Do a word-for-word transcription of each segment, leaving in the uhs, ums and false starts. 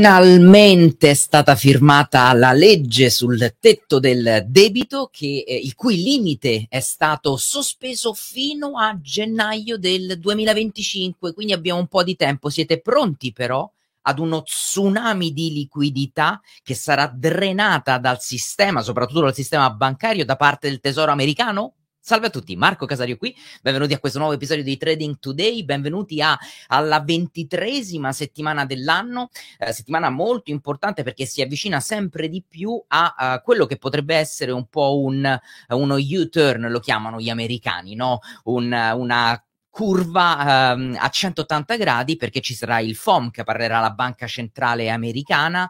Finalmente è stata firmata la legge sul tetto del debito che, eh, il cui limite è stato sospeso fino a gennaio del duemilaventicinque, quindi abbiamo un po' di tempo. Siete pronti però ad uno tsunami di liquidità che sarà drenata dal sistema, soprattutto dal sistema bancario, da parte del Tesoro americano? Salve a tutti, Marco Casario qui, benvenuti a questo nuovo episodio di Trading Today, benvenuti a, alla ventitresima settimana dell'anno, eh, settimana molto importante perché si avvicina sempre di più a, a quello che potrebbe essere un po' un, uno U-turn, lo chiamano gli americani, no? Un, una curva ehm, a centottanta gradi, perché ci sarà il F O M che parlerà la banca centrale americana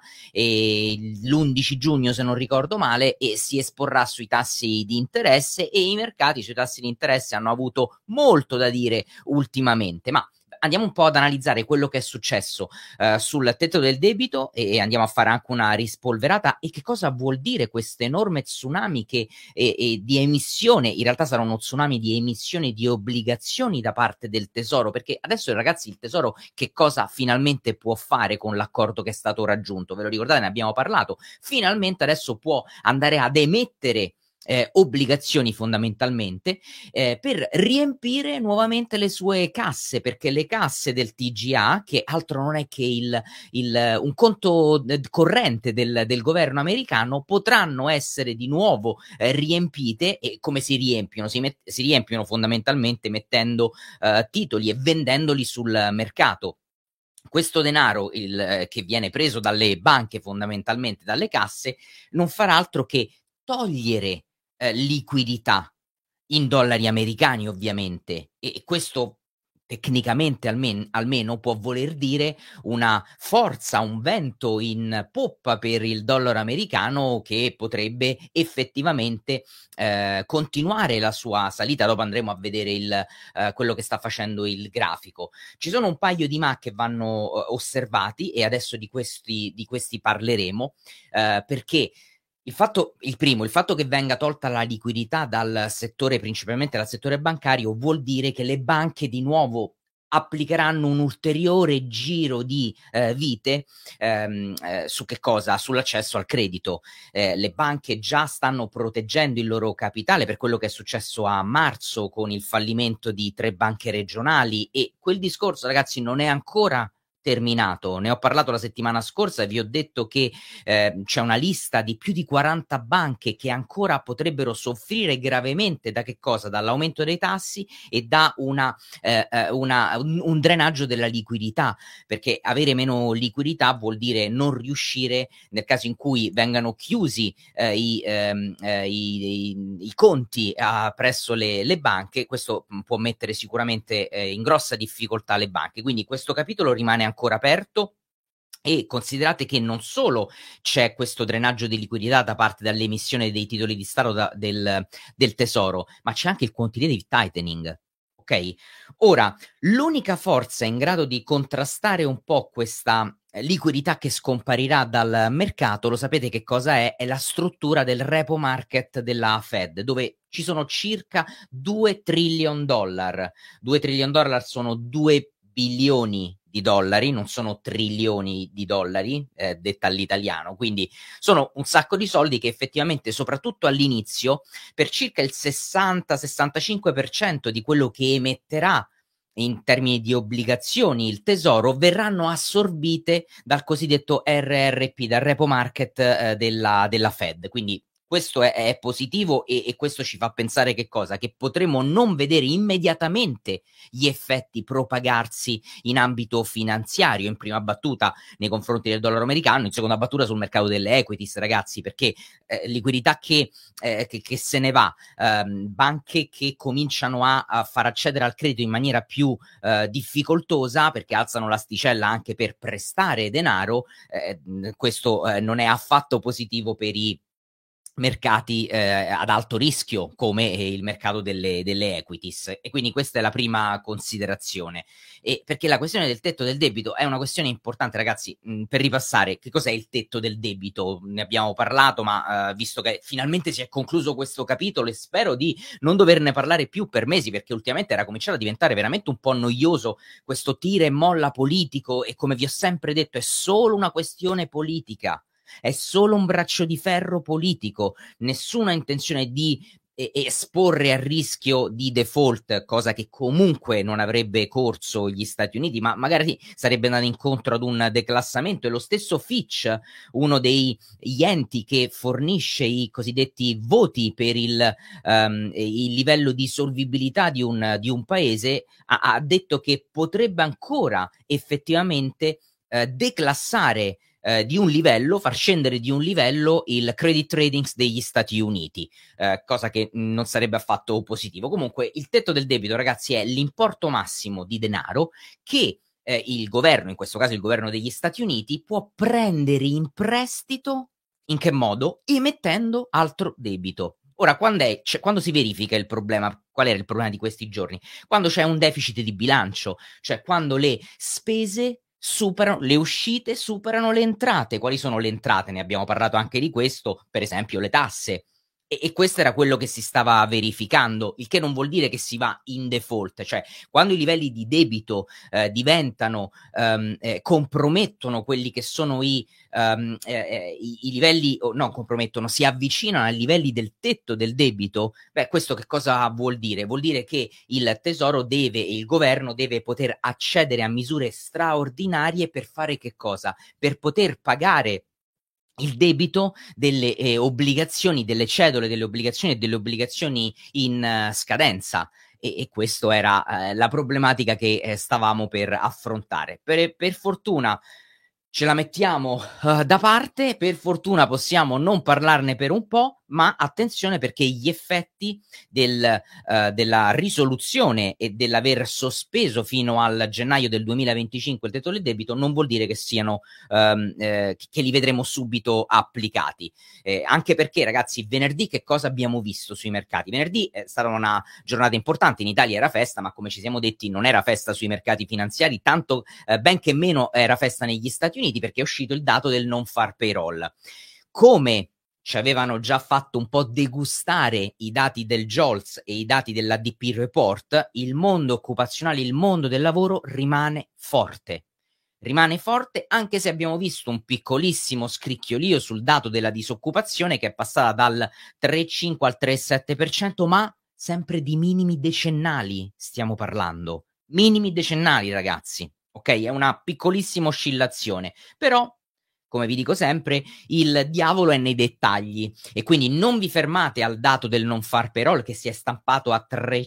e l'undici giugno, se non ricordo male, e si esporrà sui tassi di interesse, e i mercati sui tassi di interesse hanno avuto molto da dire ultimamente. Ma andiamo un po' ad analizzare quello che è successo uh, sul tetto del debito e, e andiamo a fare anche una rispolverata e che cosa vuol dire questo enorme tsunami che, e, e di emissione. In realtà sarà uno tsunami di emissione di obbligazioni da parte del Tesoro, perché adesso, ragazzi, il Tesoro che cosa finalmente può fare con l'accordo che è stato raggiunto? Ve lo ricordate? Ne abbiamo parlato. Finalmente adesso può andare ad emettere Eh, obbligazioni fondamentalmente eh, per riempire nuovamente le sue casse, perché le casse del T G A, che altro non è che il, il, un conto corrente del, del governo americano, potranno essere di nuovo eh, riempite. E come si riempiono? Si, met- si riempiono fondamentalmente mettendo eh, titoli e vendendoli sul mercato. Questo denaro il, eh, che viene preso dalle banche, fondamentalmente dalle casse, non farà altro che togliere eh, liquidità in dollari americani, ovviamente, e questo tecnicamente almen- almeno può voler dire una forza, un vento in poppa per il dollaro americano, che potrebbe effettivamente eh, continuare la sua salita. Dopo andremo a vedere il, eh, quello che sta facendo il grafico. Ci sono un paio di M A che vanno eh, osservati, e adesso di questi, di questi parleremo, eh, perché il fatto, il primo, il fatto che venga tolta la liquidità dal settore, principalmente dal settore bancario, vuol dire che le banche di nuovo applicheranno un ulteriore giro di eh, vite ehm, eh, su che cosa? Sull'accesso al credito. Eh, le banche già stanno proteggendo il loro capitale per quello che è successo a marzo con il fallimento di tre banche regionali, e quel discorso, ragazzi, non è ancora terminato. Ne ho parlato la settimana scorsa e vi ho detto che eh, c'è una lista di più di quaranta banche che ancora potrebbero soffrire gravemente da che cosa? Dall'aumento dei tassi e da una, eh, una, un, un drenaggio della liquidità, perché avere meno liquidità vuol dire non riuscire, nel caso in cui vengano chiusi eh, i, ehm, eh, i, i, i conti a, presso le, le banche. Questo può mettere sicuramente eh, in grossa difficoltà le banche, quindi questo capitolo rimane ancora aperto. E considerate che non solo c'è questo drenaggio di liquidità da parte dall'emissione dei titoli di Stato da, del, del Tesoro, ma c'è anche il quantitative tightening. Ok? Ora, l'unica forza in grado di contrastare un po' questa liquidità che scomparirà dal mercato, lo sapete che cosa è? È la struttura del repo market della Fed, dove ci sono circa due trillion dollar. due trillion dollar sono due bilioni di dollari, non sono trilioni di dollari, eh, detta all'italiano, quindi sono un sacco di soldi che effettivamente, soprattutto all'inizio, per circa il sessanta sessantacinque per cento di quello che emetterà in termini di obbligazioni il Tesoro, verranno assorbite dal cosiddetto R R P, dal repo market eh, della, della Fed. Quindi questo è, è positivo, e, e questo ci fa pensare che cosa? Che potremo non vedere immediatamente gli effetti propagarsi in ambito finanziario, in prima battuta nei confronti del dollaro americano, in seconda battuta sul mercato delle equities, ragazzi, perché eh, liquidità che, eh, che, che se ne va, ehm, banche che cominciano a, a far accedere al credito in maniera più eh, difficoltosa, perché alzano l'asticella anche per prestare denaro. Eh, questo eh, non è affatto positivo per i mercati eh, ad alto rischio come il mercato delle, delle equities, e quindi questa è la prima considerazione. E perché la questione del tetto del debito è una questione importante, ragazzi. Mh, per ripassare, che cos'è il tetto del debito? Ne abbiamo parlato, ma eh, visto che finalmente si è concluso questo capitolo e spero di non doverne parlare più per mesi, perché ultimamente era cominciato a diventare veramente un po' noioso questo tira e molla politico, e come vi ho sempre detto è solo una questione politica. È solo un braccio di ferro politico, nessuna intenzione di e- esporre a rischio di default, cosa che comunque non avrebbe corso gli Stati Uniti, ma magari sarebbe andato incontro ad un declassamento. E lo stesso Fitch, uno dei gli enti che fornisce i cosiddetti voti per il, um, il livello di solvibilità di un, di un paese, ha, ha detto che potrebbe ancora effettivamente eh, declassare eh, di un livello, far scendere di un livello il credit ratings degli Stati Uniti, eh, cosa che non sarebbe affatto positivo. Comunque il tetto del debito, ragazzi, è l'importo massimo di denaro che eh, il governo, in questo caso il governo degli Stati Uniti, può prendere in prestito. In che modo? Emettendo altro debito. Ora, quando, è, cioè, quando si verifica il problema, qual era il problema di questi giorni? Quando c'è un deficit di bilancio, cioè quando le spese superano, le uscite superano le entrate. Quali sono le entrate? Ne abbiamo parlato anche di questo, per esempio le tasse. E, e questo era quello che si stava verificando, il che non vuol dire che si va in default, cioè quando i livelli di debito eh, diventano, ehm, eh, compromettono quelli che sono i, um, eh, i, i livelli, oh, no, compromettono, si avvicinano ai livelli del tetto del debito. Beh, questo che cosa vuol dire? Vuol dire che il tesoro deve, il governo deve poter accedere a misure straordinarie per fare che cosa? Per poter pagare il debito delle eh, obbligazioni, delle cedole, delle obbligazioni e delle obbligazioni in uh, scadenza. E, e questa era eh, la problematica che eh, stavamo per affrontare. Per, per fortuna ce la mettiamo uh, da parte, per fortuna possiamo non parlarne per un po', ma attenzione, perché gli effetti del, uh, della risoluzione e dell'aver sospeso fino al gennaio del duemilaventicinque il tetto del debito non vuol dire che siano um, eh, che li vedremo subito applicati. Eh, anche perché, ragazzi, venerdì che cosa abbiamo visto sui mercati? Venerdì è stata una giornata importante, in Italia era festa, ma come ci siamo detti non era festa sui mercati finanziari, tanto eh, ben che meno era festa negli Stati Uniti, perché è uscito il dato del non far payroll. Come ci avevano già fatto un po' degustare i dati del JOLTS e i dati dell'A D P Report, il mondo occupazionale, il mondo del lavoro rimane forte. Rimane forte, anche se abbiamo visto un piccolissimo scricchiolio sul dato della disoccupazione, che è passata dal tre virgola cinque al tre virgola sette per cento, ma sempre di minimi decennali stiamo parlando. Minimi decennali, ragazzi. Ok? È una piccolissima oscillazione. Però, come vi dico sempre, il diavolo è nei dettagli, e quindi non vi fermate al dato del non far payroll che si è stampato a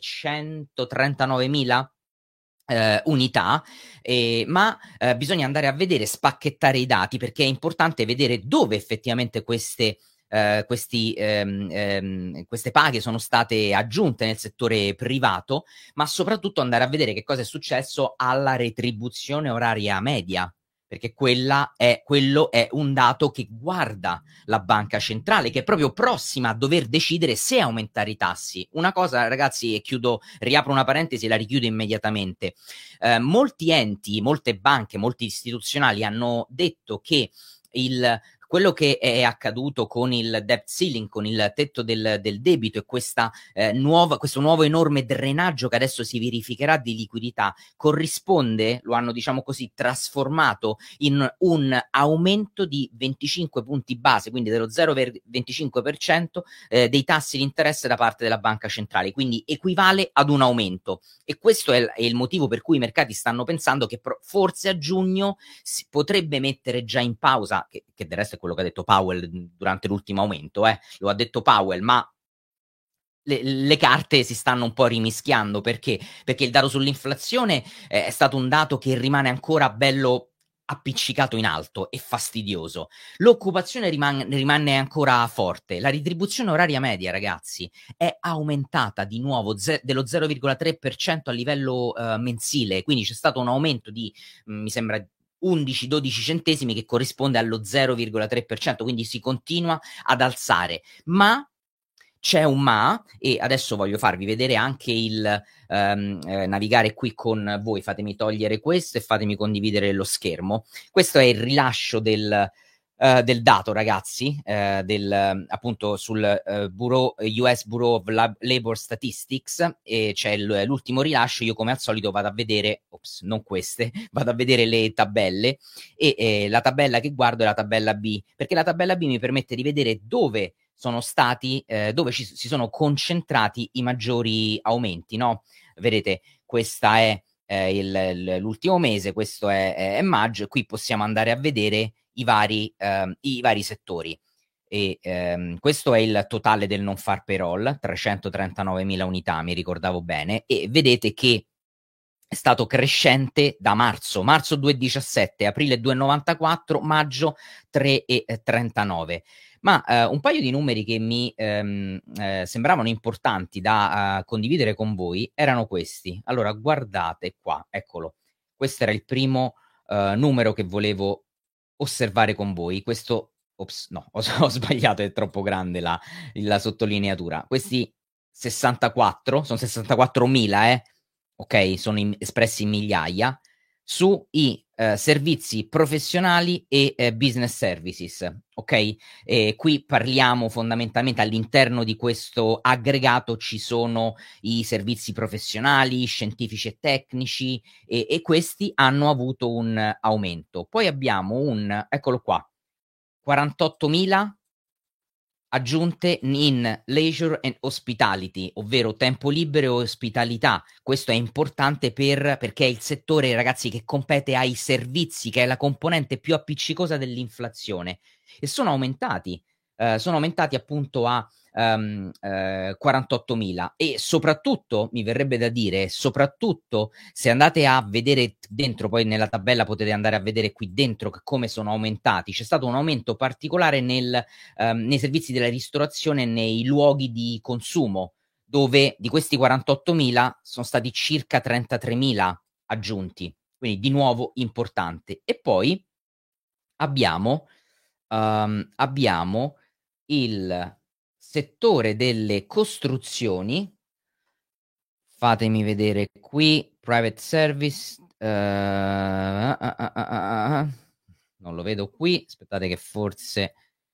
trecentotrentanovanomila eh, unità, eh, ma eh, bisogna andare a vedere, spacchettare i dati, perché è importante vedere dove effettivamente queste Uh, questi, um, um, queste paghe sono state aggiunte nel settore privato, ma soprattutto andare a vedere che cosa è successo alla retribuzione oraria media, perché quella è, quello è un dato che guarda la banca centrale, che è proprio prossima a dover decidere se aumentare i tassi. Una cosa, ragazzi, e chiudo, riapro una parentesi e la richiudo immediatamente. Uh, molti enti, molte banche, molti istituzionali hanno detto che il quello che è accaduto con il debt ceiling, con il tetto del, del debito, e questa, eh, nuova, questo nuovo enorme drenaggio che adesso si verificherà di liquidità, corrisponde, lo hanno diciamo così trasformato in un aumento di venticinque punti base, quindi dello zero virgola venticinque per cento eh, dei tassi di interesse da parte della banca centrale, quindi equivale ad un aumento. E questo è, è il motivo per cui i mercati stanno pensando che pro- forse a giugno si potrebbe mettere già in pausa, che, che del resto è quello che ha detto Powell durante l'ultimo aumento, eh. Lo ha detto Powell, ma le, le carte si stanno un po' rimischiando. Perché? Perché il dato sull'inflazione eh, è stato un dato che rimane ancora bello appiccicato in alto e fastidioso. L'occupazione riman- rimane ancora forte. La retribuzione oraria media, ragazzi, è aumentata di nuovo ze- dello zero virgola tre per cento a livello uh, mensile, quindi c'è stato un aumento di, mh, mi sembra, undici dodici centesimi, che corrisponde allo zero virgola tre per cento, quindi si continua ad alzare. Ma c'è un ma, e adesso voglio farvi vedere anche il ehm, eh, navigare qui con voi. Fatemi togliere questo e fatemi condividere lo schermo. Questo è il rilascio del, eh, del dato, ragazzi, eh, del, appunto sul eh, Bureau, U S Bureau of Lab- Labor Statistics, e c'è l- l'ultimo rilascio. Io come al solito vado a vedere, ops, non queste, vado a vedere le tabelle, e eh, la tabella che guardo è la tabella B, perché la tabella B mi permette di vedere dove sono stati, eh, dove ci, si sono concentrati i maggiori aumenti, no? Vedete, questa è eh, il, il- l'ultimo mese, questo è, è, è maggio, e qui possiamo andare a vedere i vari, ehm, i vari settori. E ehm, questo è il totale del non far payroll, trecentotrentanovanomila unità, mi ricordavo bene, e vedete che è stato crescente da marzo, marzo due virgola diciassette, aprile due virgola novantaquattro, maggio tre virgola trentanove. Ma eh, un paio di numeri che mi ehm, eh, sembravano importanti da uh, condividere con voi erano questi. Allora, guardate qua, eccolo. Questo era il primo uh, numero che volevo osservare con voi. Questo, ops, no, ho, ho sbagliato, è troppo grande la, la sottolineatura. Questi sessantaquattro, sono sessantaquattromila, eh? Ok, sono in, espressi in migliaia, sui eh, servizi professionali e eh, business services, ok? E qui parliamo fondamentalmente, all'interno di questo aggregato ci sono i servizi professionali, scientifici e tecnici, e, e questi hanno avuto un aumento. Poi abbiamo un, eccolo qua, quarantottomila aggiunte in leisure and hospitality, ovvero tempo libero e ospitalità. Questo è importante per, perché è il settore, ragazzi, che compete ai servizi, che è la componente più appiccicosa dell'inflazione, e sono aumentati, eh, sono aumentati appunto a um, eh, quarantottomila. E soprattutto, mi verrebbe da dire, soprattutto se andate a vedere dentro, poi nella tabella potete andare a vedere qui dentro come sono aumentati, c'è stato un aumento particolare nel ehm, nei servizi della ristorazione e nei luoghi di consumo, dove di questi quarantottomila sono stati circa trentatremila aggiunti, quindi di nuovo importante. E poi abbiamo, um, abbiamo il settore delle costruzioni. Fatemi vedere qui, private service, uh, uh, uh, uh, uh, non lo vedo qui, aspettate che forse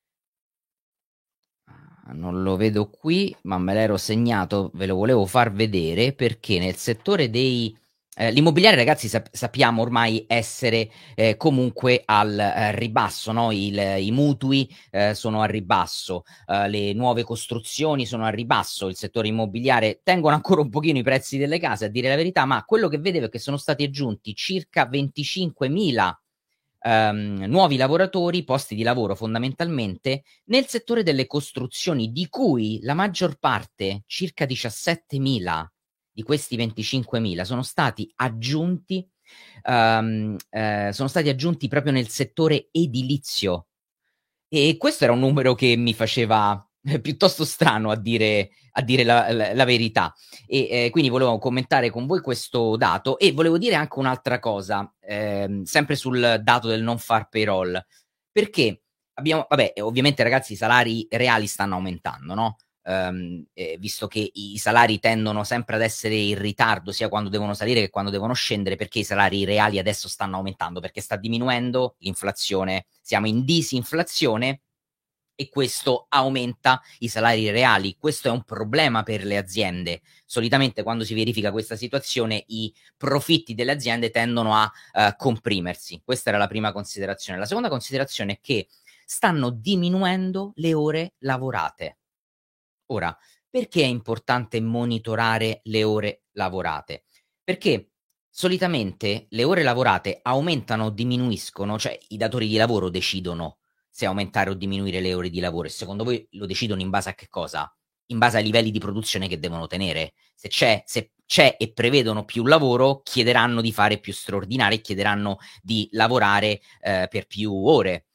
non lo vedo qui, ma me l'ero segnato, ve lo volevo far vedere, perché nel settore dei eh, l'immobiliare, ragazzi, sap- sappiamo ormai essere eh, comunque al eh, ribasso, no? Il, I mutui eh, sono al ribasso, eh, le nuove costruzioni sono al ribasso, il settore immobiliare tengono ancora un pochino i prezzi delle case, a dire la verità, ma quello che vedevo è che sono stati aggiunti circa venticinquemila ehm, nuovi lavoratori, posti di lavoro fondamentalmente, nel settore delle costruzioni, di cui la maggior parte, circa diciassettemila di questi venticinquemila, sono stati aggiunti, ehm, eh, sono stati aggiunti proprio nel settore edilizio. E questo era un numero che mi faceva eh, piuttosto strano, a dire, a dire la, la- la verità. E eh, quindi volevo commentare con voi questo dato, e volevo dire anche un'altra cosa, ehm, sempre sul dato del non far payroll, perché abbiamo, vabbè, ovviamente, ragazzi, i salari reali stanno aumentando, no? Ehm, eh, visto che i salari tendono sempre ad essere in ritardo, sia quando devono salire che quando devono scendere, perché i salari reali adesso stanno aumentando, perché sta diminuendo l'inflazione, siamo in disinflazione, e questo aumenta i salari reali. Questo è un problema per le aziende. Solitamente, quando si verifica questa situazione, i profitti delle aziende tendono a uh, comprimersi. Questa era la prima considerazione. La seconda considerazione è che stanno diminuendo le ore lavorate. Ora, perché è importante monitorare le ore lavorate? Perché solitamente le ore lavorate aumentano o diminuiscono, cioè i datori di lavoro decidono se aumentare o diminuire le ore di lavoro, e secondo voi lo decidono in base a che cosa? In base ai livelli di produzione che devono tenere. Se c'è, se c'è e prevedono più lavoro, chiederanno di fare più straordinari, chiederanno di lavorare eh, per più ore.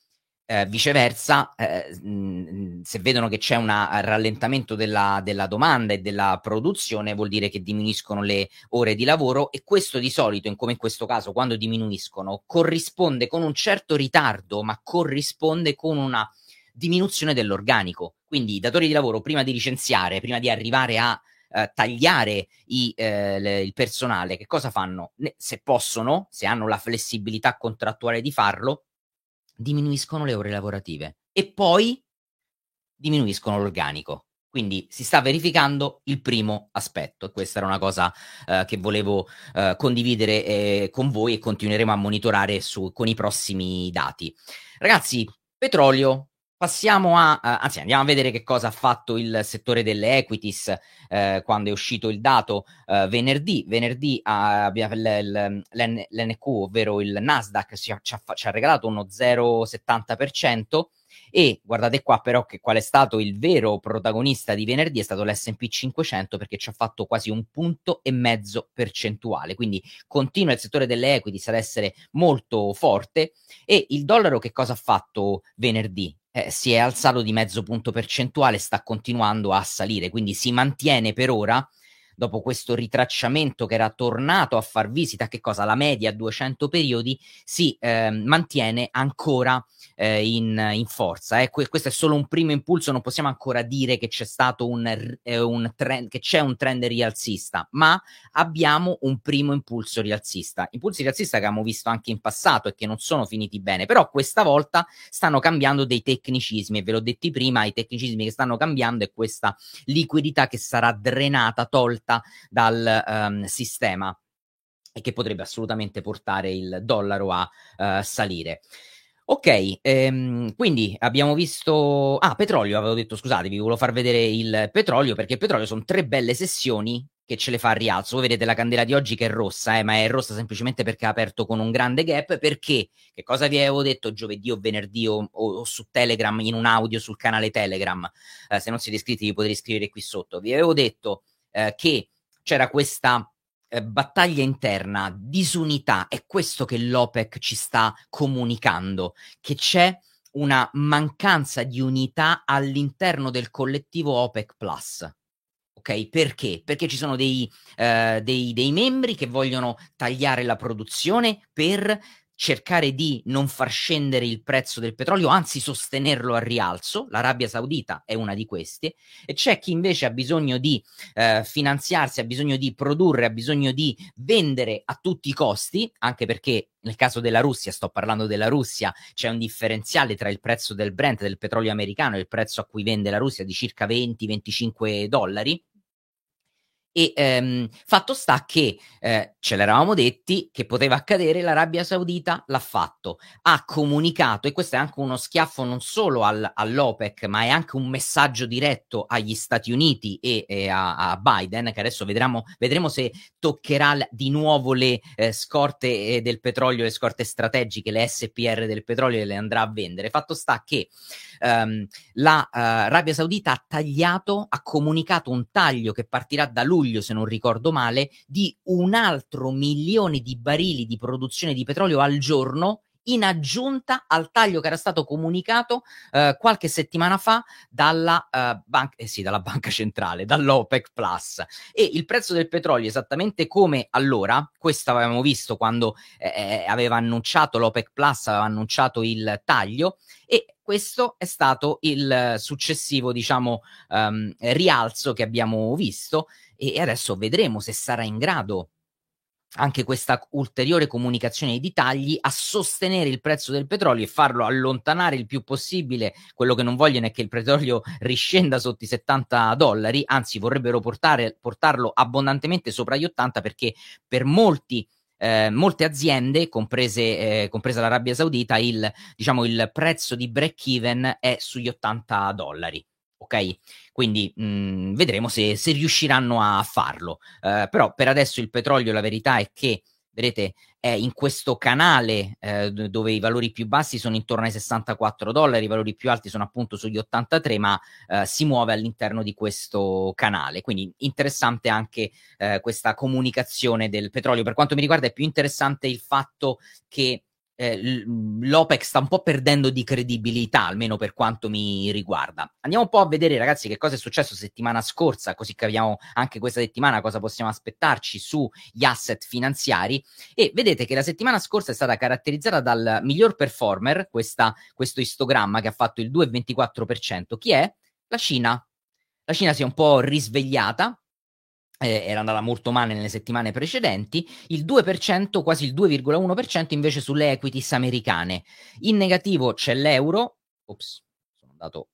Eh, viceversa, eh, mh, se vedono che c'è un rallentamento della, della domanda e della produzione, vuol dire che diminuiscono le ore di lavoro, e questo di solito, in, come in questo caso, quando diminuiscono, corrisponde con un certo ritardo, ma corrisponde con una diminuzione dell'organico. Quindi i datori di lavoro, prima di licenziare, prima di arrivare a eh, tagliare i, eh, le, il personale, che cosa fanno? Ne, se possono, se hanno la flessibilità contrattuale di farlo, diminuiscono le ore lavorative e poi diminuiscono l'organico. Quindi si sta verificando il primo aspetto, e questa era una cosa eh, che volevo eh, condividere eh, con voi, e continueremo a monitorare su, con i prossimi dati. Ragazzi, petrolio. Passiamo a, uh, anzi andiamo a vedere che cosa ha fatto il settore delle equities eh, quando è uscito il dato uh, venerdì. Venerdì uh, l'N Q, ovvero il Nasdaq, ci ha, ci ha, ci ha regalato uno zero virgola settanta per cento, e guardate qua però che qual è stato il vero protagonista di venerdì. È stato l'S and P cinquecento, perché ci ha fatto quasi un punto e mezzo percentuale, quindi continua il settore delle equities ad essere molto forte. E il dollaro che cosa ha fatto venerdì? Eh, si è alzato di mezzo punto percentuale, sta continuando a salire, quindi si mantiene per ora, dopo questo ritracciamento che era tornato a far visita, che cosa? La media a duecento periodi, si eh, mantiene ancora eh, in, in forza. Eh. Que- questo è solo un primo impulso, non possiamo ancora dire che c'è stato un, eh, un trend, che c'è un trend rialzista, ma abbiamo un primo impulso rialzista. Impulsi rialzista che abbiamo visto anche in passato e che non sono finiti bene, però questa volta stanno cambiando dei tecnicismi, e ve l'ho detti prima, i tecnicismi che stanno cambiando è questa liquidità che sarà drenata, tolta dal um, sistema, e che potrebbe assolutamente portare il dollaro a uh, salire. Ok, ehm, quindi abbiamo visto... Ah, petrolio, avevo detto, scusate, vi volevo far vedere il petrolio, perché il petrolio sono tre belle sessioni che ce le fa a rialzo. Voi vedete la candela di oggi che è rossa, eh, ma è rossa semplicemente perché ha aperto con un grande gap. Perché? Che cosa vi avevo detto giovedì o venerdì o, o, o su Telegram, in un audio sul canale Telegram? Eh, se non siete iscritti vi potete iscrivere qui sotto. Vi avevo detto eh, che c'era questa eh, battaglia interna, disunità, è questo che l'OPEC ci sta comunicando, che c'è una mancanza di unità all'interno del collettivo OPEC Plus. Ok, perché? Perché ci sono dei, eh, dei, dei membri che vogliono tagliare la produzione per cercare di non far scendere il prezzo del petrolio, anzi sostenerlo al rialzo. L'Arabia Saudita è una di queste, e c'è chi invece ha bisogno di eh, finanziarsi, ha bisogno di produrre, ha bisogno di vendere a tutti i costi, anche perché nel caso della Russia, sto parlando della Russia, c'è un differenziale tra il prezzo del Brent, del petrolio americano, e il prezzo a cui vende la Russia di circa venti venticinque dollari. E ehm, fatto sta che eh, ce l'eravamo detti che poteva accadere, l'Arabia Saudita l'ha fatto, ha comunicato, e questo è anche uno schiaffo non solo al, all'OPEC, ma è anche un messaggio diretto agli Stati Uniti e, e a, a Biden, che adesso vedremo, vedremo se toccherà l- di nuovo le eh, scorte eh, del petrolio, le scorte strategiche, le S P R del petrolio, e le andrà a vendere. Fatto sta che ehm, l'Arabia Saudita ha tagliato, ha comunicato un taglio che partirà da luglio, se non ricordo male, di un altro milione di barili di produzione di petrolio al giorno, in aggiunta al taglio che era stato comunicato eh, qualche settimana fa dalla, eh, ban- eh sì, dalla banca centrale, dall'OPEC Plus. E il prezzo del petrolio, esattamente come allora, questo avevamo visto quando eh, aveva annunciato l'OPEC Plus, aveva annunciato il taglio, e questo è stato il successivo, diciamo, um, rialzo che abbiamo visto, e adesso vedremo se sarà in grado anche questa ulteriore comunicazione di tagli a sostenere il prezzo del petrolio e farlo allontanare il più possibile. Quello che non vogliono è che il petrolio riscenda sotto i settanta dollari, anzi vorrebbero portare, portarlo abbondantemente sopra gli ottanta, perché per molti Eh, molte aziende, comprese, eh, compresa l'Arabia Saudita, il, diciamo, il prezzo di break-even è sugli ottanta dollari. Ok? Quindi mh, vedremo se, se riusciranno a farlo. Uh, però per adesso il petrolio, la verità è che, vedete, è in questo canale eh, dove i valori più bassi sono intorno ai sessantaquattro dollari, i valori più alti sono appunto sugli ottantatré, ma eh, si muove all'interno di questo canale. Quindi interessante anche eh, questa comunicazione del petrolio. Per quanto mi riguarda è più interessante il fatto che eh, l'O P E C sta un po' perdendo di credibilità, almeno per quanto mi riguarda. Andiamo un po' a vedere, ragazzi, che cosa è successo settimana scorsa, così capiamo anche questa settimana cosa possiamo aspettarci sugli asset finanziari. E vedete che la settimana scorsa è stata caratterizzata dal miglior performer, questa, questo istogramma che ha fatto il due virgola ventiquattro per cento. Chi è? La Cina. La Cina si è un po' risvegliata. Eh, era andata molto male nelle settimane precedenti, il due per cento, quasi il due virgola uno per cento invece sulle equities americane. In negativo c'è l'euro. Ops, sono andato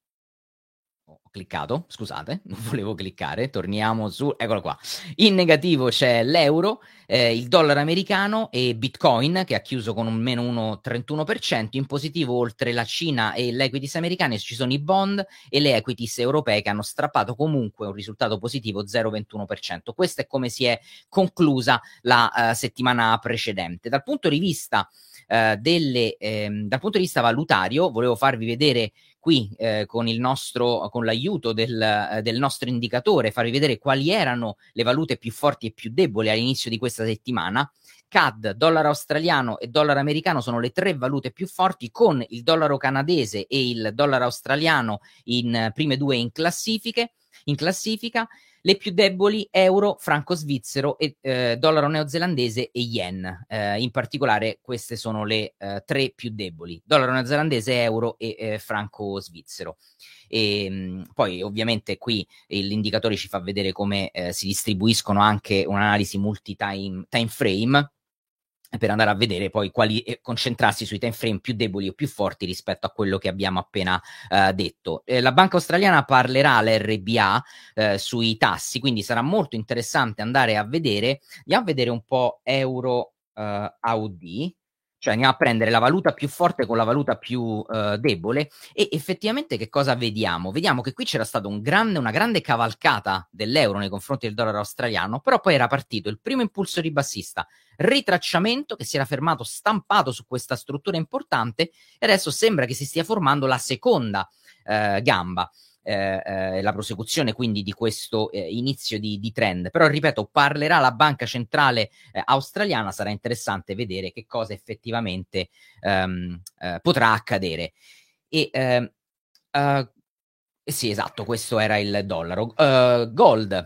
ho cliccato, scusate, non volevo cliccare, torniamo su, eccolo qua. In negativo c'è l'euro, eh, il dollaro americano e Bitcoin che ha chiuso con un meno uno virgola trentuno per cento. In positivo, oltre la Cina e le equities americane, ci sono i bond e le equities europee che hanno strappato comunque un risultato positivo zero virgola ventuno per cento. Questo è come si è conclusa la uh, settimana precedente. Dal punto di vista uh, delle, ehm, dal punto di vista valutario, volevo farvi vedere qui eh, con il nostro, con l'aiuto del, eh, del nostro indicatore, farvi vedere quali erano le valute più forti e più deboli all'inizio di questa settimana. C A D, dollaro australiano e dollaro americano sono le tre valute più forti, con il dollaro canadese e il dollaro australiano in prime due in classifiche, in classifica. Le più deboli euro, franco svizzero, e, eh, dollaro neozelandese e yen. Eh, in particolare queste sono le eh, tre più deboli: dollaro neozelandese, euro e eh, franco svizzero. E, mh, poi ovviamente qui l'indicatore ci fa vedere come eh, si distribuiscono anche un'analisi multi-time time frame, per andare a vedere poi quali, eh, concentrarsi sui time frame più deboli o più forti rispetto a quello che abbiamo appena eh, detto. Eh, la banca australiana parlerà all'R B A eh, sui tassi, quindi sarà molto interessante andare a vedere. Andiamo a vedere un po' euro eh, A U D, cioè andiamo a prendere la valuta più forte con la valuta più eh, debole, e effettivamente che cosa vediamo? Vediamo che qui c'era stata un grande, una grande cavalcata dell'euro nei confronti del dollaro australiano, però poi era partito il primo impulso ribassista, ritracciamento che si era fermato stampato su questa struttura importante, e adesso sembra che si stia formando la seconda eh, gamba. Eh, eh, la prosecuzione quindi di questo eh, inizio di, di trend. Però ripeto, parlerà la banca centrale eh, australiana, sarà interessante vedere che cosa effettivamente ehm, eh, potrà accadere. E ehm, eh, sì, esatto, questo era il dollaro. Uh, gold.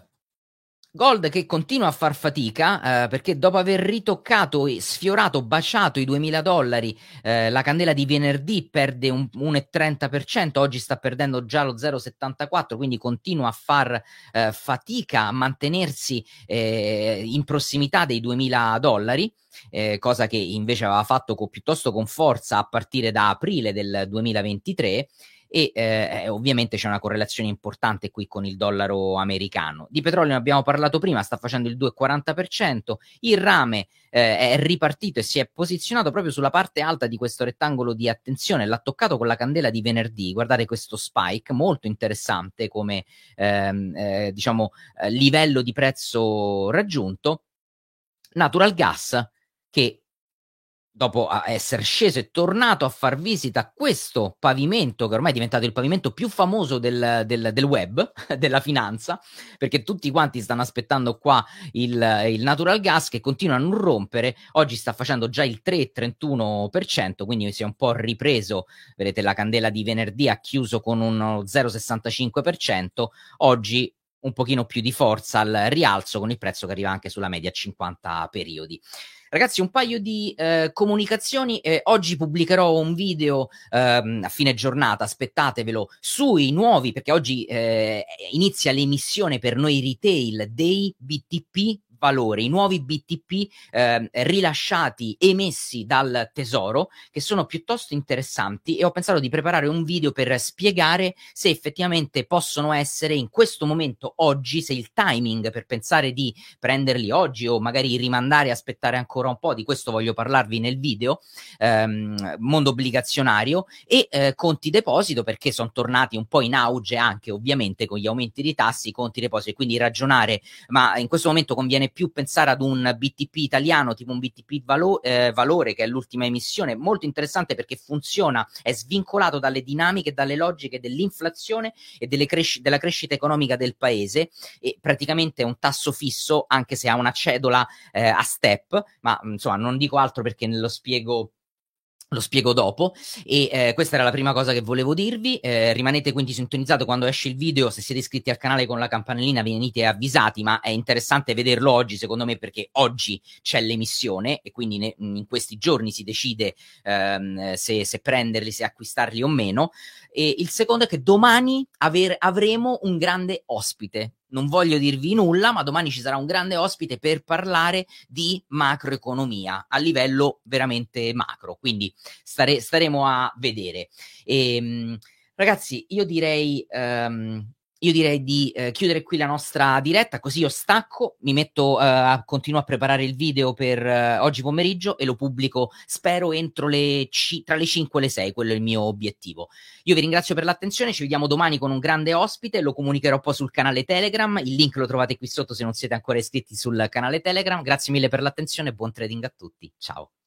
Gold che continua a far fatica eh, perché dopo aver ritoccato e sfiorato, baciato i duemila dollari, eh, la candela di venerdì perde un uno virgola trenta per cento, oggi sta perdendo già lo zero virgola settantaquattro, quindi continua a far eh, fatica a mantenersi eh, in prossimità dei duemila dollari. Eh, cosa che invece aveva fatto con, piuttosto con forza a partire da aprile del duemilaventitré. E eh, ovviamente c'è una correlazione importante qui con il dollaro americano. Di petrolio ne abbiamo parlato prima, sta facendo il due virgola quaranta per cento. Il rame eh, è ripartito e si è posizionato proprio sulla parte alta di questo rettangolo di attenzione, l'ha toccato con la candela di venerdì. Guardate questo spike molto interessante come ehm, eh, diciamo eh, livello di prezzo raggiunto. Natural gas che dopo essere sceso è tornato a far visita a questo pavimento che ormai è diventato il pavimento più famoso del, del, del web, della finanza, perché tutti quanti stanno aspettando qua il, il natural gas, che continua a non rompere. Oggi sta facendo già il tre virgola trentuno per cento, quindi si è un po' ripreso. Vedete, la candela di venerdì ha chiuso con uno zero virgola sessantacinque per cento, oggi un pochino più di forza al rialzo, con il prezzo che arriva anche sulla media cinquanta periodi. Ragazzi, un paio di eh, comunicazioni. Eh, oggi pubblicherò un video ehm, a fine giornata, aspettatevelo, sui nuovi, perché oggi eh, inizia l'emissione per noi retail dei B T P valore, i nuovi B T P eh, rilasciati, emessi dal Tesoro, che sono piuttosto interessanti, e ho pensato di preparare un video per spiegare se effettivamente possono essere in questo momento, oggi, se il timing per pensare di prenderli oggi o magari rimandare e aspettare ancora un po'. Di questo voglio parlarvi nel video. ehm, mondo obbligazionario e eh, conti deposito, perché sono tornati un po' in auge anche ovviamente con gli aumenti di tassi, conti deposito, e quindi ragionare, ma in questo momento conviene più pensare ad un B T P italiano, tipo un B T P valo- eh, valore, che è l'ultima emissione, molto interessante perché funziona, è svincolato dalle dinamiche e dalle logiche dell'inflazione e delle cresci- della crescita economica del paese, e praticamente è un tasso fisso, anche se ha una cedola eh, a step, ma insomma non dico altro perché ne lo spiego Lo spiego dopo. E eh, questa era la prima cosa che volevo dirvi. Eh, rimanete quindi sintonizzati quando esce il video. Se siete iscritti al canale con la campanellina venite avvisati, ma è interessante vederlo oggi, secondo me, perché oggi c'è l'emissione e quindi ne, in questi giorni si decide ehm, se, se prenderli, se acquistarli o meno. E il secondo è che domani aver, avremo un grande ospite. Non voglio dirvi nulla, ma domani ci sarà un grande ospite per parlare di macroeconomia a livello veramente macro, quindi stare, staremo a vedere. E, ragazzi, io direi, um, io direi di eh, chiudere qui la nostra diretta, così io stacco, mi metto, uh, continuo a preparare il video per uh, oggi pomeriggio e lo pubblico, spero, entro le c- tra le cinque e le sei, quello è il mio obiettivo. Io vi ringrazio per l'attenzione, ci vediamo domani con un grande ospite, lo comunicherò poi sul canale Telegram, il link lo trovate qui sotto se non siete ancora iscritti sul canale Telegram. Grazie mille per l'attenzione e buon trading a tutti, ciao.